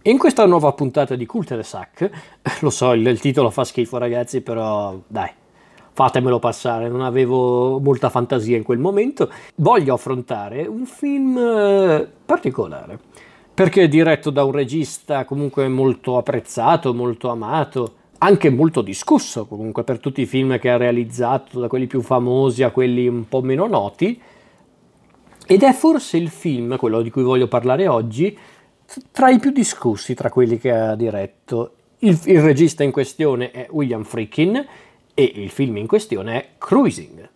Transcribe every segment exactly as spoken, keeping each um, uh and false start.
E in questa nuova puntata di Cul-de-sac, lo so, il, il titolo fa schifo ragazzi, però dai, fatemelo passare, non avevo molta fantasia in quel momento. Voglio affrontare un film eh, particolare, perché è diretto da un regista comunque molto apprezzato, molto amato, anche molto discusso comunque per tutti i film che ha realizzato, da quelli più famosi a quelli un po' meno noti, ed è forse il film, quello di cui voglio parlare oggi, tra i più discussi tra quelli che ha diretto. Il, il regista in questione è William Friedkin e il film in questione è Cruising.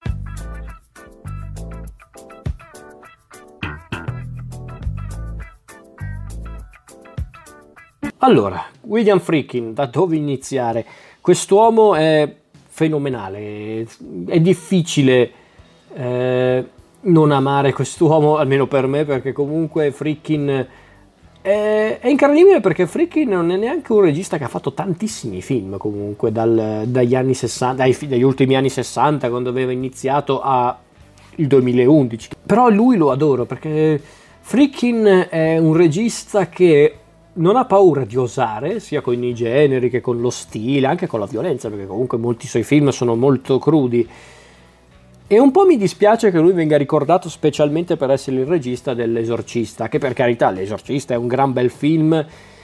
Allora, William Friedkin, da dove iniziare? Quest'uomo è fenomenale, è difficile eh, non amare quest'uomo, almeno per me, perché comunque Friedkin è, è incredibile, perché Friedkin non è neanche un regista che ha fatto tantissimi film comunque dal, dagli anni sessanta, dai, dagli ultimi anni sessanta, quando aveva iniziato, a il duemilaundici. Però lui lo adoro perché Friedkin è un regista che non ha paura di osare, sia con i generi che con lo stile, anche con la violenza, perché comunque molti suoi film sono molto crudi. E un po' mi dispiace che lui venga ricordato specialmente per essere il regista dell'Esorcista, che per carità l'Esorcista è un gran bel film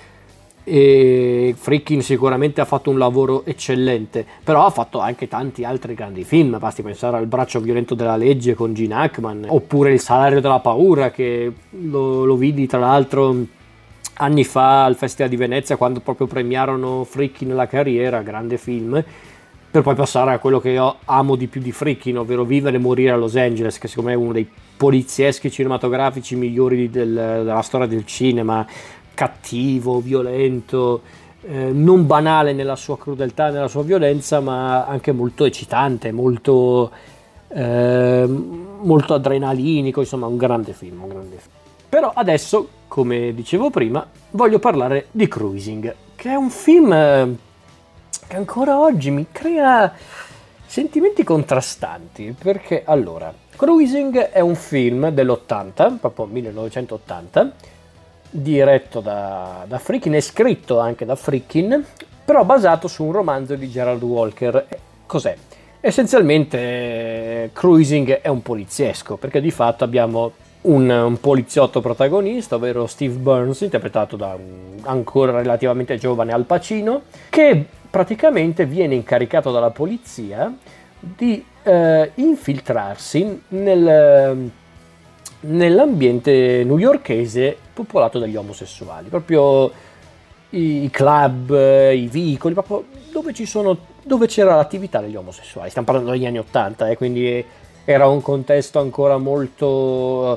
e Friedkin sicuramente ha fatto un lavoro eccellente, però ha fatto anche tanti altri grandi film, basti pensare al Braccio violento della legge con Gene Hackman, oppure Il salario della paura, che lo, lo vidi tra l'altro anni fa al Festival di Venezia, quando proprio premiarono Friedkin la carriera, grande film, per poi passare a quello che io amo di più di Friedkin, ovvero Vivere e morire a Los Angeles, che secondo me è uno dei polizieschi cinematografici migliori del, della storia del cinema, cattivo, violento, eh, non banale nella sua crudeltà e nella sua violenza, ma anche molto eccitante, molto, eh, molto adrenalinico, insomma un grande film, un grande film. Però adesso, come dicevo prima, voglio parlare di Cruising, che è un film eh, che ancora oggi mi crea sentimenti contrastanti, perché allora, Cruising è un film dell'ottanta, proprio millenovecentottanta, diretto da, da Friedkin e scritto anche da Friedkin, però basato su un romanzo di Gerald Walker. Cos'è? Essenzialmente Cruising è un poliziesco, perché di fatto abbiamo un, un poliziotto protagonista, ovvero Steve Burns, interpretato da un ancora relativamente giovane Al Pacino, che praticamente viene incaricato dalla polizia di eh, infiltrarsi nel, nell'ambiente newyorkese popolato dagli omosessuali, proprio i, i club, i vicoli, proprio dove ci sono, dove c'era l'attività degli omosessuali. Stiamo parlando degli anni ottanta, eh, quindi era un contesto ancora molto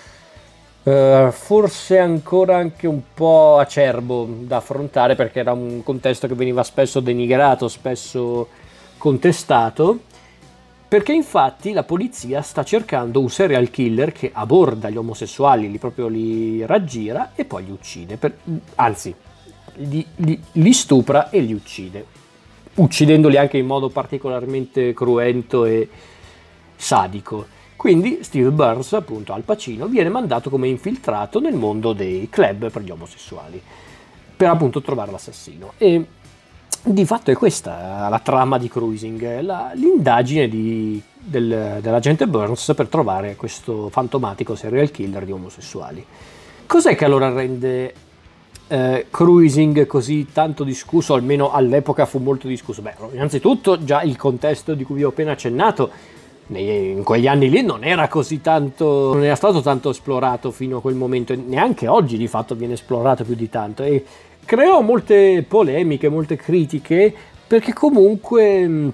Uh, forse ancora anche un po' acerbo da affrontare, perché era un contesto che veniva spesso denigrato, spesso contestato, perché infatti la polizia sta cercando un serial killer che aborda gli omosessuali, li proprio li raggira e poi li uccide, per, anzi li, li, li stupra e li uccide, uccidendoli anche in modo particolarmente cruento e sadico. Quindi Steve Burns, appunto Al Pacino, viene mandato come infiltrato nel mondo dei club per gli omosessuali, per appunto trovare l'assassino. E di fatto è questa la trama di Cruising, la, l'indagine di, del, dell'agente Burns per trovare questo fantomatico serial killer di omosessuali. Cos'è che allora rende eh, Cruising così tanto discusso, almeno all'epoca fu molto discusso? Beh, innanzitutto già il contesto di cui vi ho appena accennato. In quegli anni lì non era così tanto, non era stato tanto esplorato fino a quel momento, e neanche oggi di fatto viene esplorato più di tanto, e creò molte polemiche, molte critiche, perché comunque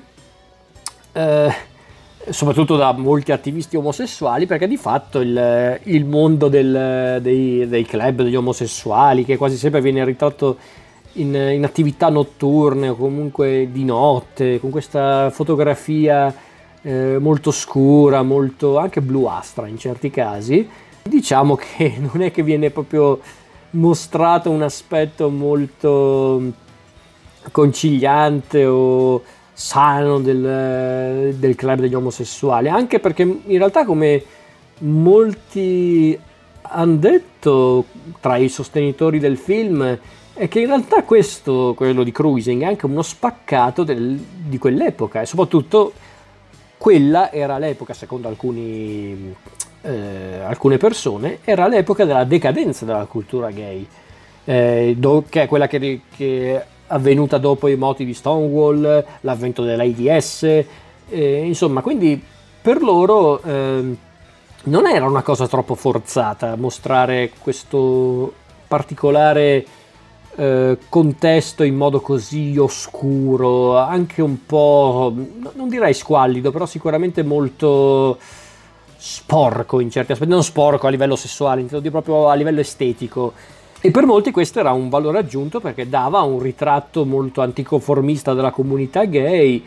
eh, soprattutto da molti attivisti omosessuali, perché di fatto il, il mondo del, dei, dei club degli omosessuali, che quasi sempre viene ritratto in, in attività notturne o comunque di notte, con questa fotografia Eh, molto scura, molto anche bluastra in certi casi, diciamo che non è che viene proprio mostrato un aspetto molto conciliante o sano del, del club degli omosessuali, anche perché in realtà, come molti hanno detto tra i sostenitori del film è che in realtà questo, quello di Cruising, è anche uno spaccato del, di quell'epoca, e soprattutto quella era l'epoca, secondo alcuni, eh, alcune persone, era l'epoca della decadenza della cultura gay, eh, do, che è quella che, che è avvenuta dopo i moti di Stonewall, l'avvento dell'AIDS, eh, insomma, quindi per loro eh, non era una cosa troppo forzata mostrare questo particolare eh, contesto in modo così oscuro, anche un po', non direi squallido, però sicuramente molto sporco in certi aspetti, non sporco a livello sessuale, intendo dire proprio a livello estetico. E per molti questo era un valore aggiunto perché dava un ritratto molto anticonformista della comunità gay,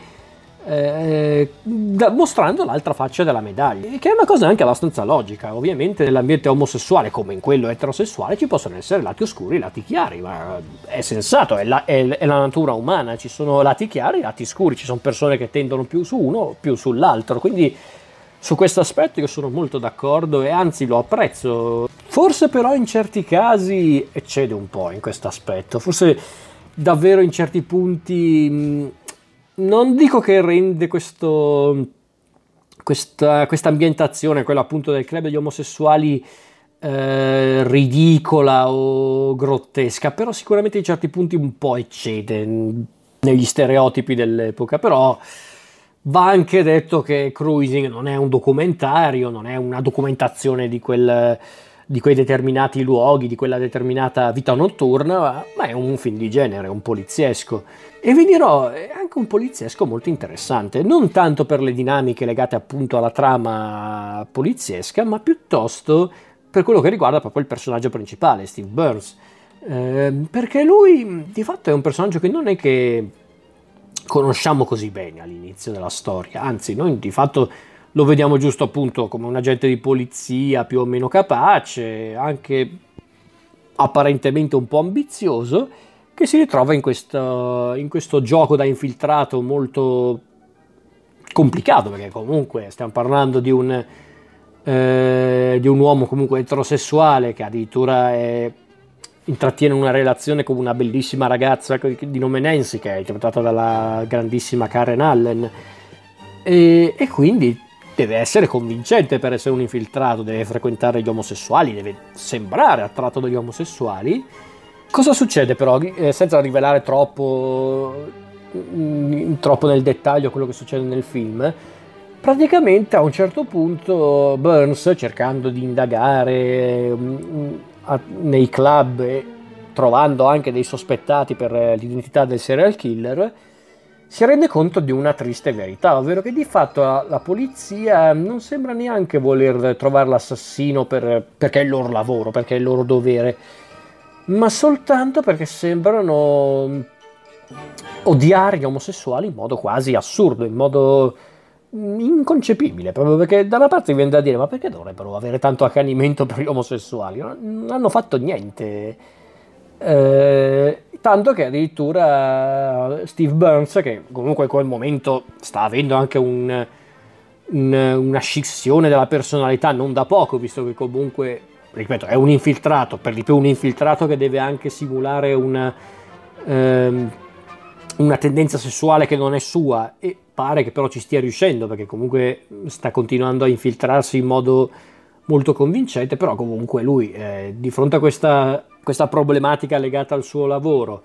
eh, da, mostrando l'altra faccia della medaglia, che è una cosa anche abbastanza logica. Ovviamente nell'ambiente omosessuale come in quello eterosessuale ci possono essere lati oscuri e lati chiari, ma è sensato, è la, è, è la natura umana, ci sono lati chiari e lati scuri, ci sono persone che tendono più su uno o più sull'altro, quindi su questo aspetto io sono molto d'accordo e anzi lo apprezzo. Forse però in certi casi eccede un po' in questo aspetto, forse davvero in certi punti mh, non dico che rende questo, questa, questa ambientazione, quella appunto del club degli omosessuali, eh, ridicola o grottesca, però sicuramente in certi punti un po' eccede negli stereotipi dell'epoca. Però va anche detto che Cruising non è un documentario, non è una documentazione di, quel, di quei determinati luoghi, di quella determinata vita notturna, ma è un film di genere, un poliziesco. E vi dirò, è anche un poliziesco molto interessante, non tanto per le dinamiche legate appunto alla trama poliziesca, ma piuttosto per quello che riguarda proprio il personaggio principale, Steve Burns. Eh, perché lui, di fatto, è un personaggio che non è che conosciamo così bene all'inizio della storia, anzi noi di fatto lo vediamo giusto appunto come un agente di polizia più o meno capace, anche apparentemente un po' ambizioso, che si ritrova in questo, in questo gioco da infiltrato molto complicato, perché comunque stiamo parlando di un, eh, di un uomo comunque eterosessuale che addirittura è intrattiene una relazione con una bellissima ragazza di nome Nancy, che è interpretata dalla grandissima Karen Allen, e, e quindi deve essere convincente per essere un infiltrato, deve frequentare gli omosessuali, deve sembrare attratto dagli omosessuali. Cosa succede però, eh, senza rivelare troppo, mh, troppo nel dettaglio quello che succede nel film? Praticamente a un certo punto Burns, cercando di indagare mh, nei club e trovando anche dei sospettati per l'identità del serial killer, si rende conto di una triste verità, ovvero che di fatto la, la polizia non sembra neanche voler trovare l'assassino per, perché è il loro lavoro, perché è il loro dovere, ma soltanto perché sembrano odiare gli omosessuali in modo quasi assurdo, in modo inconcepibile, proprio perché da una parte viene da dire: ma perché dovrebbero avere tanto accanimento per gli omosessuali? Non hanno fatto niente, eh, tanto che addirittura Steve Burns, che comunque in quel momento sta avendo anche un, un, una scissione della personalità non da poco, visto che comunque, ripeto, è un infiltrato, per di più un infiltrato che deve anche simulare una, ehm, una tendenza sessuale che non è sua, e pare che però ci stia riuscendo, perché comunque sta continuando a infiltrarsi in modo molto convincente. Però comunque lui, eh, di fronte a questa, questa problematica legata al suo lavoro,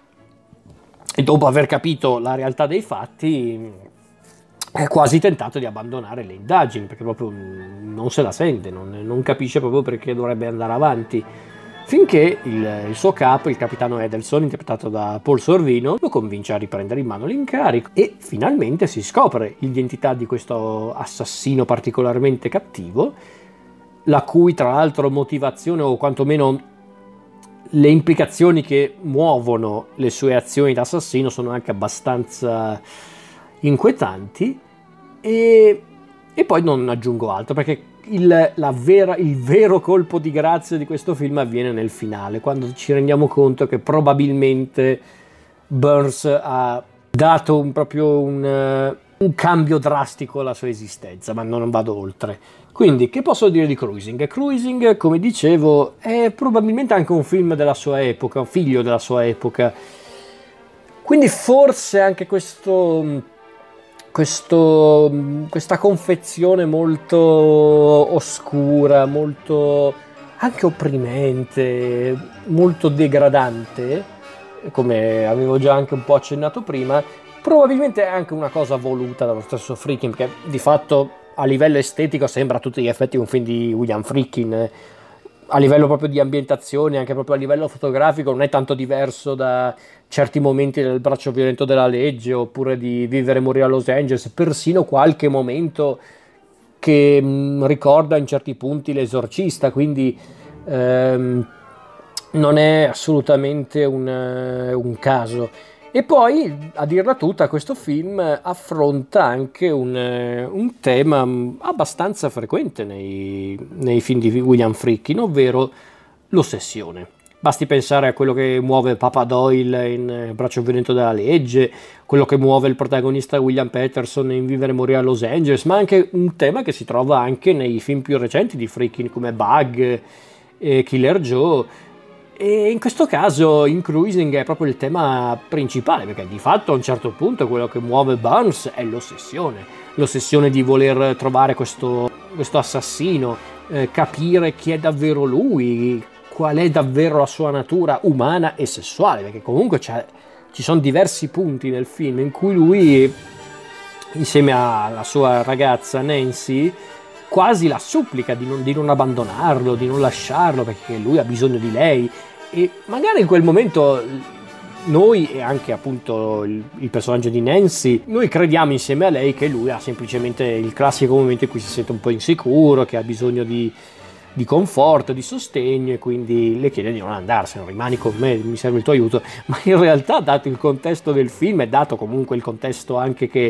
e dopo aver capito la realtà dei fatti, è quasi tentato di abbandonare le indagini, perché proprio non se la sente, non, non capisce proprio perché dovrebbe andare avanti, finché il, il suo capo, il capitano Edelson, interpretato da Paul Sorvino, lo convince a riprendere in mano l'incarico e finalmente si scopre l'identità di questo assassino particolarmente cattivo, la cui tra l'altro motivazione, o quantomeno le implicazioni che muovono le sue azioni da assassino, sono anche abbastanza inquietanti. E, e poi non aggiungo altro, perché il, la vera, il vero colpo di grazia di questo film avviene nel finale, quando ci rendiamo conto che probabilmente Burns ha dato un, proprio un, un cambio drastico alla sua esistenza, ma non vado oltre. Quindi, che posso dire di Cruising? Cruising, come dicevo, è probabilmente anche un film della sua epoca, un figlio della sua epoca. Quindi forse anche questo, questo, questa confezione molto oscura, molto anche opprimente, molto degradante, come avevo già anche un po' accennato prima, probabilmente è anche una cosa voluta dallo stesso Friedkin, perché di fatto a livello estetico sembra a tutti gli effetti un film di William Friedkin, eh. A livello proprio di ambientazione, anche proprio a livello fotografico, non è tanto diverso da certi momenti del Braccio violento della legge, oppure di Vivere e morire a Los Angeles, persino qualche momento che mh, ricorda in certi punti L'Esorcista, quindi ehm, non è assolutamente un, un caso. E poi, a dirla tutta, questo film affronta anche un, un tema abbastanza frequente nei, nei film di William Friedkin, ovvero l'ossessione. Basti pensare a quello che muove Papa Doyle in Braccio violento della legge, quello che muove il protagonista William Peterson in Vivere e morire a Los Angeles, ma anche un tema che si trova anche nei film più recenti di Friedkin come Bug e Killer Joe. E in questo caso in Cruising è proprio il tema principale, perché di fatto a un certo punto quello che muove Burns è l'ossessione, l'ossessione di voler trovare questo, questo assassino, eh, capire chi è davvero lui, qual è davvero la sua natura umana e sessuale, perché comunque c'è, ci sono diversi punti nel film in cui lui, insieme alla sua ragazza Nancy, quasi la supplica di non, di non abbandonarlo, di non lasciarlo, perché lui ha bisogno di lei. E magari in quel momento noi, e anche appunto il, il personaggio di Nancy, noi crediamo insieme a lei che lui ha semplicemente il classico momento in cui si sente un po' insicuro, che ha bisogno di, di conforto, di sostegno, e quindi le chiede di non andarsene, rimani con me, mi serve il tuo aiuto. Ma in realtà, dato il contesto del film, e dato comunque il contesto anche che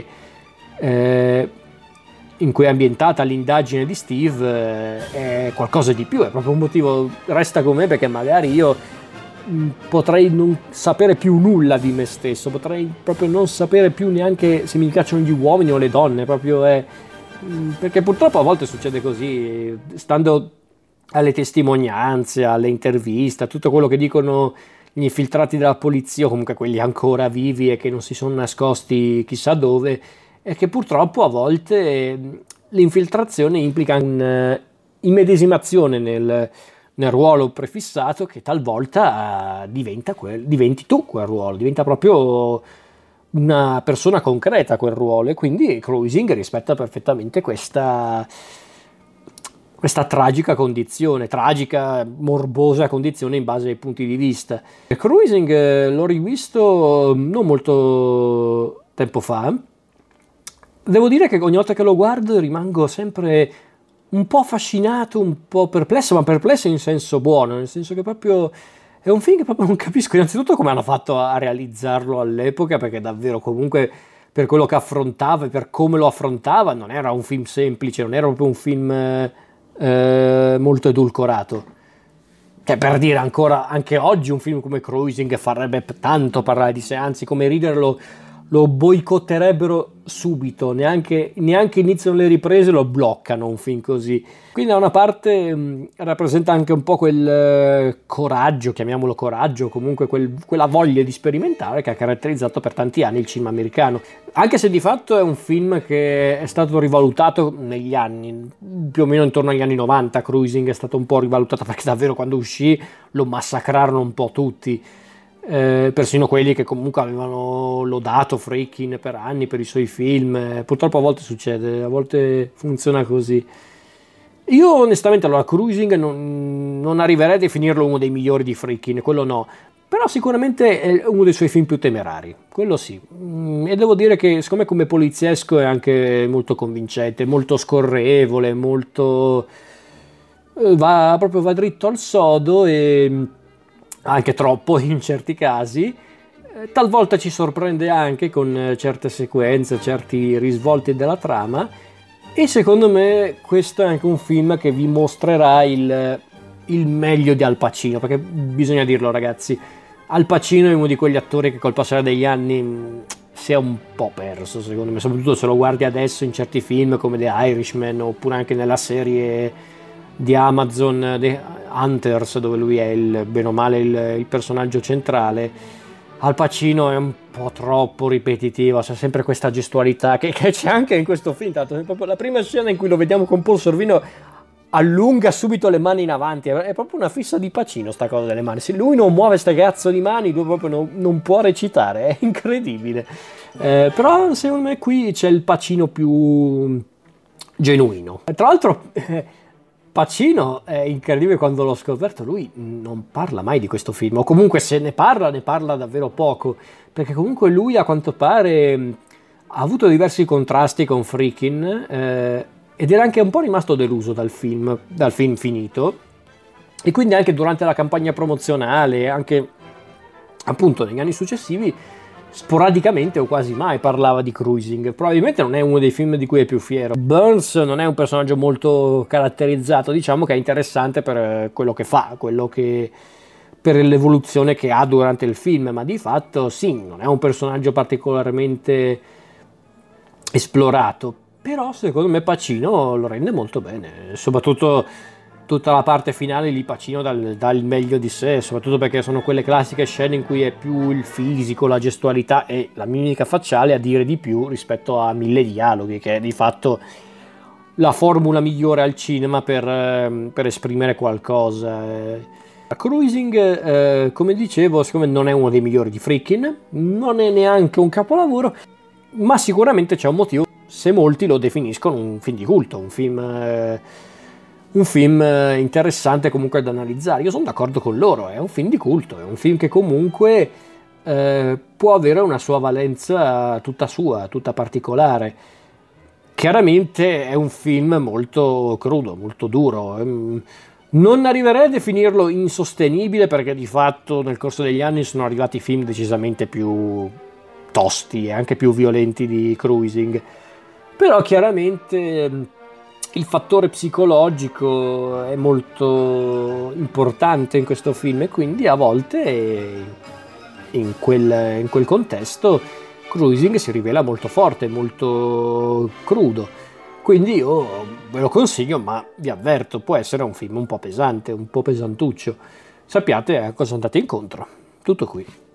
eh, in cui è ambientata l'indagine di Steve, eh, è qualcosa di più, è proprio un motivo, resta con me, perché magari io mh, potrei non sapere più nulla di me stesso, potrei proprio non sapere più neanche se mi piacciono gli uomini o le donne, proprio è, mh, perché purtroppo a volte succede così, stando alle testimonianze, alle interviste, a tutto quello che dicono gli infiltrati della polizia, o comunque quelli ancora vivi e che non si sono nascosti chissà dove, è che purtroppo a volte l'infiltrazione implica un'immedesimazione nel, nel ruolo prefissato, che talvolta diventa quel, diventi tu quel ruolo, diventa proprio una persona concreta quel ruolo, e quindi Cruising rispetta perfettamente questa, questa tragica condizione, tragica, morbosa condizione in base ai punti di vista. Cruising l'ho rivisto non molto tempo fa. Devo dire che ogni volta che lo guardo rimango sempre un po' affascinato, un po' perplesso, ma perplesso in senso buono, nel senso che proprio è un film che proprio non capisco innanzitutto come hanno fatto a realizzarlo all'epoca, perché davvero comunque per quello che affrontava e per come lo affrontava non era un film semplice, non era proprio un film eh, molto edulcorato. Cioè, per dire, ancora anche oggi un film come Cruising farebbe tanto parlare di sé, anzi come riderlo lo boicotterebbero subito, neanche, neanche iniziano le riprese, lo bloccano un film così. Quindi da una parte mh, rappresenta anche un po' quel eh, coraggio, chiamiamolo coraggio, comunque quel, quella voglia di sperimentare che ha caratterizzato per tanti anni il cinema americano. Anche se di fatto è un film che è stato rivalutato negli anni, più o meno intorno agli anni novanta, Cruising è stato un po' rivalutato perché davvero quando uscì lo massacrarono un po' tutti. Eh, persino quelli che comunque avevano lodato Friedkin per anni per i suoi film. Eh, purtroppo a volte succede, a volte funziona così. Io onestamente allora Cruising non, non arriverei a definirlo uno dei migliori di Friedkin, quello no, però sicuramente è uno dei suoi film più temerari, quello sì. Mm, e devo dire che secondo me come poliziesco è anche molto convincente, molto scorrevole, molto eh, va proprio va dritto al sodo, e anche troppo in certi casi, eh, talvolta ci sorprende anche con eh, certe sequenze, certi risvolti della trama, e secondo me questo è anche un film che vi mostrerà il, il meglio di Al Pacino, perché bisogna dirlo ragazzi, Al Pacino è uno di quegli attori che col passare degli anni mh, si è un po' perso secondo me, soprattutto se lo guardi adesso in certi film come The Irishman, oppure anche nella serie di Amazon The Hunters, dove lui è il, bene o male il, il personaggio centrale. Al Pacino è un po' troppo ripetitivo, c'è sempre questa gestualità che, che c'è anche in questo film. Tanto, proprio la prima scena in cui lo vediamo con Paul Sorvino allunga subito le mani in avanti, è proprio una fissa di Pacino sta cosa delle mani. Se lui non muove ste cazzo di mani, lui proprio non, non può recitare, è incredibile. Eh, però secondo me qui c'è il Pacino più genuino. Tra l'altro Pacino è incredibile, quando l'ho scoperto lui non parla mai di questo film, o comunque se ne parla ne parla davvero poco, perché comunque lui a quanto pare ha avuto diversi contrasti con Friedkin, eh, ed era anche un po' rimasto deluso dal film, dal film finito, e quindi anche durante la campagna promozionale, anche appunto negli anni successivi, sporadicamente o quasi mai parlava di Cruising. Probabilmente non è uno dei film di cui è più fiero. Burns non è un personaggio molto caratterizzato, diciamo che è interessante per quello che fa, quello che per l'evoluzione che ha durante il film, ma di fatto sì, non è un personaggio particolarmente esplorato, però secondo me Pacino lo rende molto bene, soprattutto tutta la parte finale lì Pacino dà, dà il meglio di sé, soprattutto perché sono quelle classiche scene in cui è più il fisico, la gestualità e la mimica facciale a dire di più rispetto a mille dialoghi, che è di fatto la formula migliore al cinema per, per esprimere qualcosa. Cruising, eh, come dicevo, secondo me non è uno dei migliori di Friedkin, non è neanche un capolavoro, ma sicuramente c'è un motivo se molti lo definiscono un film di culto, un film... Eh, un film interessante comunque da analizzare. Io sono d'accordo con loro, è un film di culto, è un film che comunque eh, può avere una sua valenza tutta sua, tutta particolare. Chiaramente è un film molto crudo, molto duro. Non arriverei a definirlo insostenibile, perché di fatto nel corso degli anni sono arrivati film decisamente più tosti e anche più violenti di Cruising. Però chiaramente il fattore psicologico è molto importante in questo film, e quindi a volte in quel, in quel contesto Cruising si rivela molto forte, molto crudo. Quindi io ve lo consiglio, ma vi avverto, può essere un film un po' pesante, un po' pesantuccio. Sappiate a cosa andate incontro. Tutto qui.